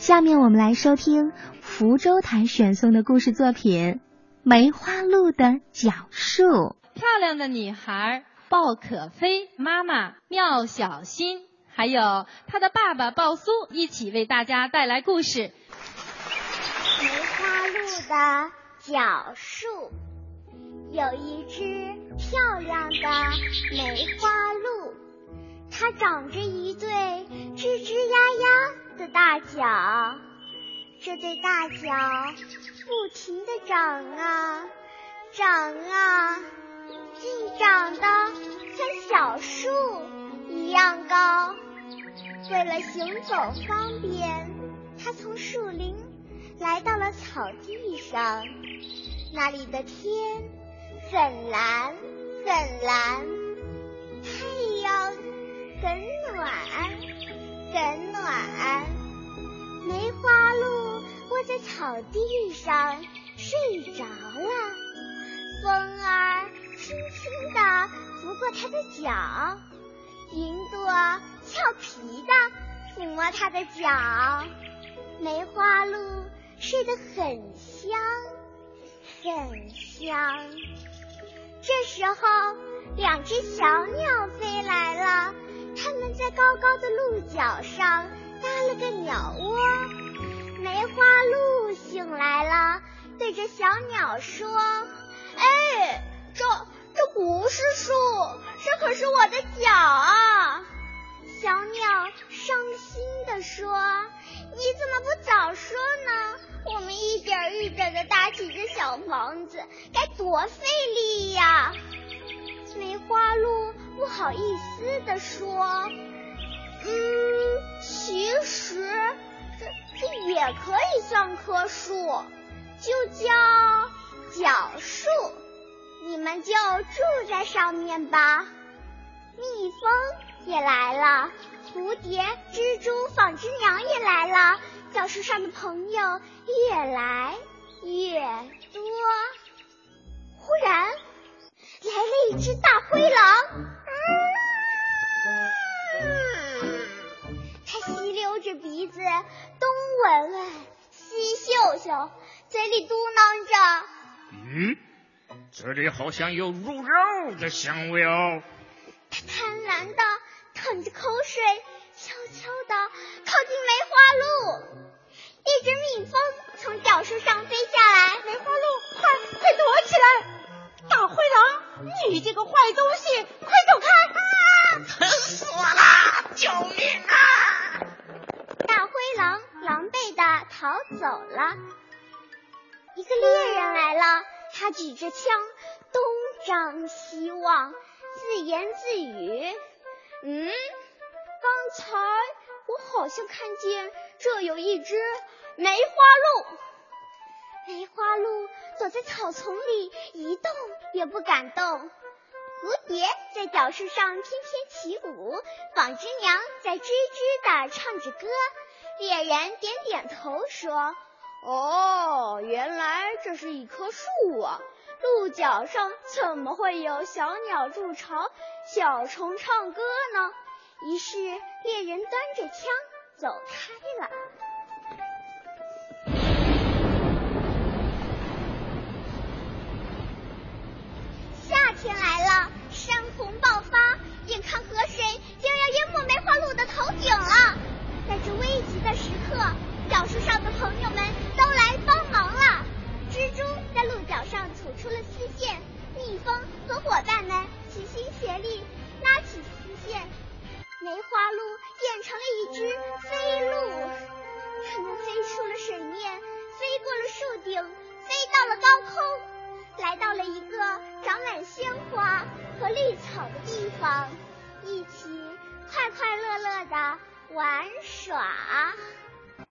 下面我们来收听福州台选送的故事作品《梅花鹿的脚树》。 漂亮的女孩鲍可菲，妈妈妙小新，还有她的爸爸鲍苏一起为大家带来故事。 梅花鹿的脚树。有一只漂亮的梅花鹿，它长着一对吱吱呀呀的大脚，这对大脚不停地长啊长啊，竟长得和小树一样高。为了行走方便，它从树林来到了草地上，那里的天很蓝很蓝，太阳很暖很暖。梅花鹿窝在草地上睡着了，风儿轻轻地拂过它的脚，云朵俏皮地抚摸它的脚。梅花鹿睡得很香很香。这时候，两只小鸟飞来了，它们在高高的鹿角上搭了个鸟窝。梅花鹿醒来了，对着小鸟说：“哎，这不是树，这可是我的脚啊！”小鸟伤心地说：“你怎么不早说呢？我们一点一点地搭起这小房子，该多费力呀！”梅花鹿不好意思地说：“其实这也可以算棵树，就叫脚树，你们就住在上面吧。”蜜蜂也来了，蝴蝶、蜘蛛、纺织娘也来了，教室上的朋友越来越多。忽然来了一只大灰狼，它吸溜着鼻子，东闻闻西嗅嗅，嘴里嘟囔着：“ 这里好像有入肉的香味哦。” 他贪婪地淌着口水，悄悄地靠近梅花鹿。一只蜜蜂从脚树上飞下来， 梅花鹿，快躲起来！大灰狼，你这个坏东西，快走开！ 疼死我了！救命啊！ 大灰狼狼狈地逃走了。一个猎人来了，他举着枪东张西望，自言自语：“刚才我好像看见这有一只梅花鹿。”梅花鹿躲在草丛里一动也不敢动，蝴蝶在脚树上翩翩起舞，纺织娘在吱吱地唱着歌。猎人点点头说：“哦，原来这是一棵树啊，鹿角上怎么会有小鸟筑巢，小虫唱歌呢？”于是猎人端着枪走开了。夏天来了，山洪爆发，眼看河水就要淹没梅花鹿的头顶了。在这危急的时刻，脚树上的朋友们都来帮忙了。蜘蛛在鹿角上吐出了丝线，蜜蜂和伙伴们齐心协力拉起丝线，梅花鹿变成了一只飞鹿。它们飞出了水面，飞过了树顶，飞到了高空，来到了一个长满鲜花和绿草的地方，一起快快乐乐地玩耍。